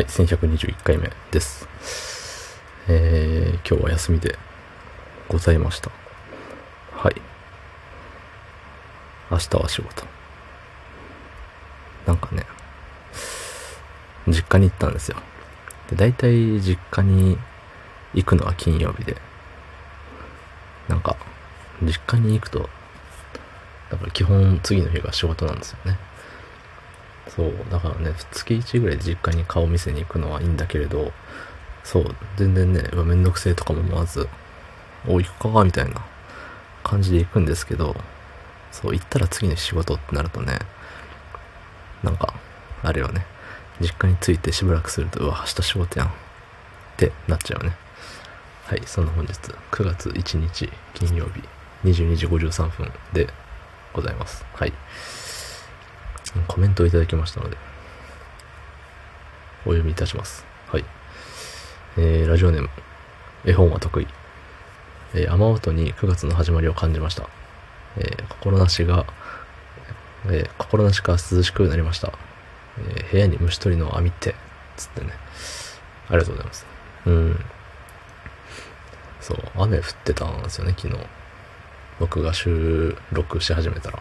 1121回目です。今日は休みでございました。はい。明日は仕事。なんかね、実家に行ったんですよ。で、大体実家に行くのは金曜日で、なんか、実家に行くと、だから基本次の日が仕事なんですよね。そう、だからね、月1ぐらいで実家に顔見せに行くのはいいんだけれど、そう、全然ね、めんどくせえとかも思わず、行くかみたいな感じで行くんですけど、そう、行ったら次の仕事ってなるとね、なんか、あれよね、実家に着いてしばらくすると、うわ、明日仕事やんってなっちゃうね。はい、そんな本日、9月1日金曜日、22時53分でございます。はい。コメントをいただきましたので、お読みいたします。はい。ラジオネーム、絵本は得意。雨音に9月の始まりを感じました。心なしか涼しくなりました。部屋に虫取りの網って、つってね。ありがとうございます。そう、雨降ってたんですよね、昨日。僕が収録し始めたら。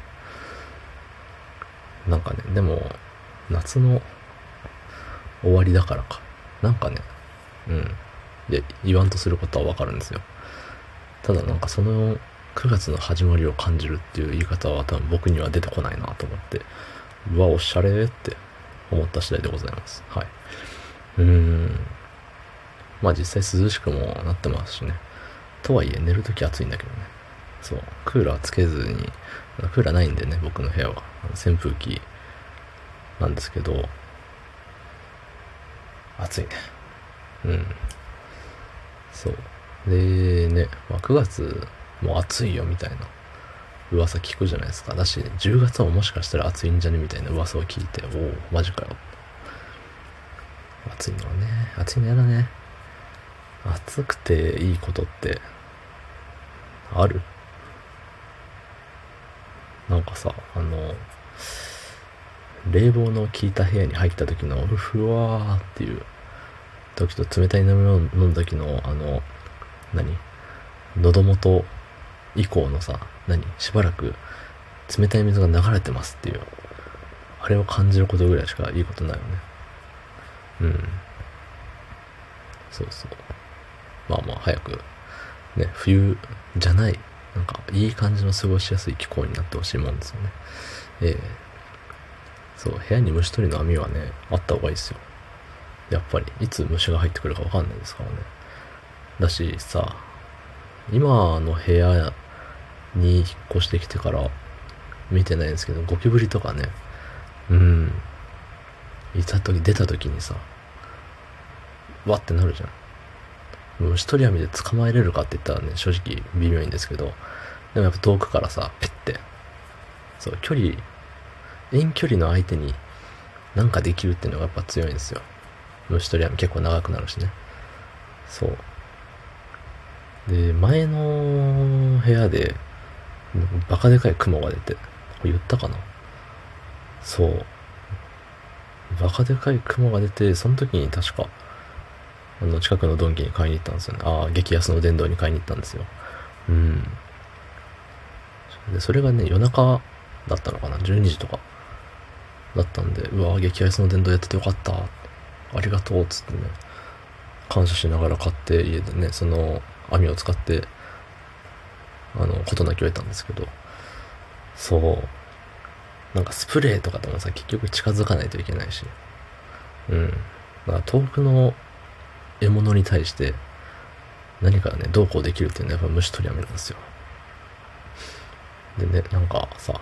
なんかね、でも、夏の終わりだからか。なんかね、で、言わんとすることはわかるんですよ。ただなんかその9月の始まりを感じるっていう言い方は多分僕には出てこないなと思って、うわ、おしゃれって思った次第でございます。はい。まあ実際涼しくもなってますしね。とはいえ寝るとき暑いんだけどね。そう。クーラーつけずに、クーラーないんでね、僕の部屋は。扇風機なんですけど、暑いね。そう。でね、まあ、9月も暑いよみたいな噂聞くじゃないですか。だし、10月ももしかしたら暑いんじゃねみたいな噂を聞いて、おお、マジかよ。暑いのはね、暑いのやだね。暑くていいことってある？なんかさ、冷房の効いた部屋に入った時のふわーっていう時と冷たい飲み物飲んだ時の喉元以降のさ、しばらく冷たい水が流れてますっていう、あれを感じることぐらいしかいいことないよね。そうそう。まあまあ早く、ね、冬じゃない、なんかいい感じの過ごしやすい気候になってほしいもんですよね。そう、部屋に虫取りの網はね、あった方がいいですよ。やっぱり、いつ虫が入ってくるかわかんないですからね。だしさ、今の部屋に引っ越してきてから見てないんですけど、ゴキブリとかね、出た時にさ、わってなるじゃん。虫取り網で捕まえれるかって言ったらね、正直微妙いんですけど、でもやっぱ遠くからさ、ペッて、そう、遠距離の相手になんかできるっていうのがやっぱ強いんですよ。虫取り網結構長くなるしね。そう。で、前の部屋で、バカでかい雲が出て、これ言ったかな？そう。バカでかい雲が出て、その時に確か、近くのドンキに買いに行ったんですよね。激安の電動に買いに行ったんですよ。で、それがね、夜中だったのかな？ 12 時とかだったんで、うわ、激安の電動やっててよかった。ありがとう、つってね、感謝しながら買って家でね、その網を使って、事なきを得たんですけど、そう。なんかスプレーとかでもさ、結局近づかないといけないし。だから遠くの獲物に対して何かね、どうこうできるっていうのはやっぱ虫取り網なんですよ。でね、なんかさ、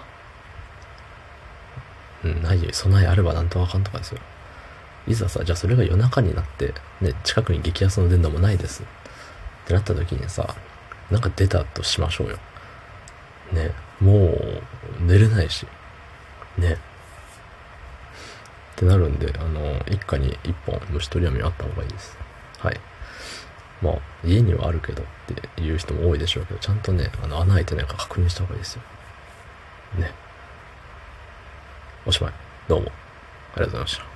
ないよ、備えあればなんとかかんとかですよ。いざさ、じゃあそれが夜中になって、ね、近くに激安の電動もないです。ってなった時にさ、なんか出たとしましょうよ。ね、もう寝れないし。ね。ってなるんで、一家に一本虫取り網あった方がいいです。はい。まあ、家にはあるけどっていう人も多いでしょうけど、ちゃんとね、穴開いてないか確認した方がいいですよ。ね。おしまい。どうも。ありがとうございました。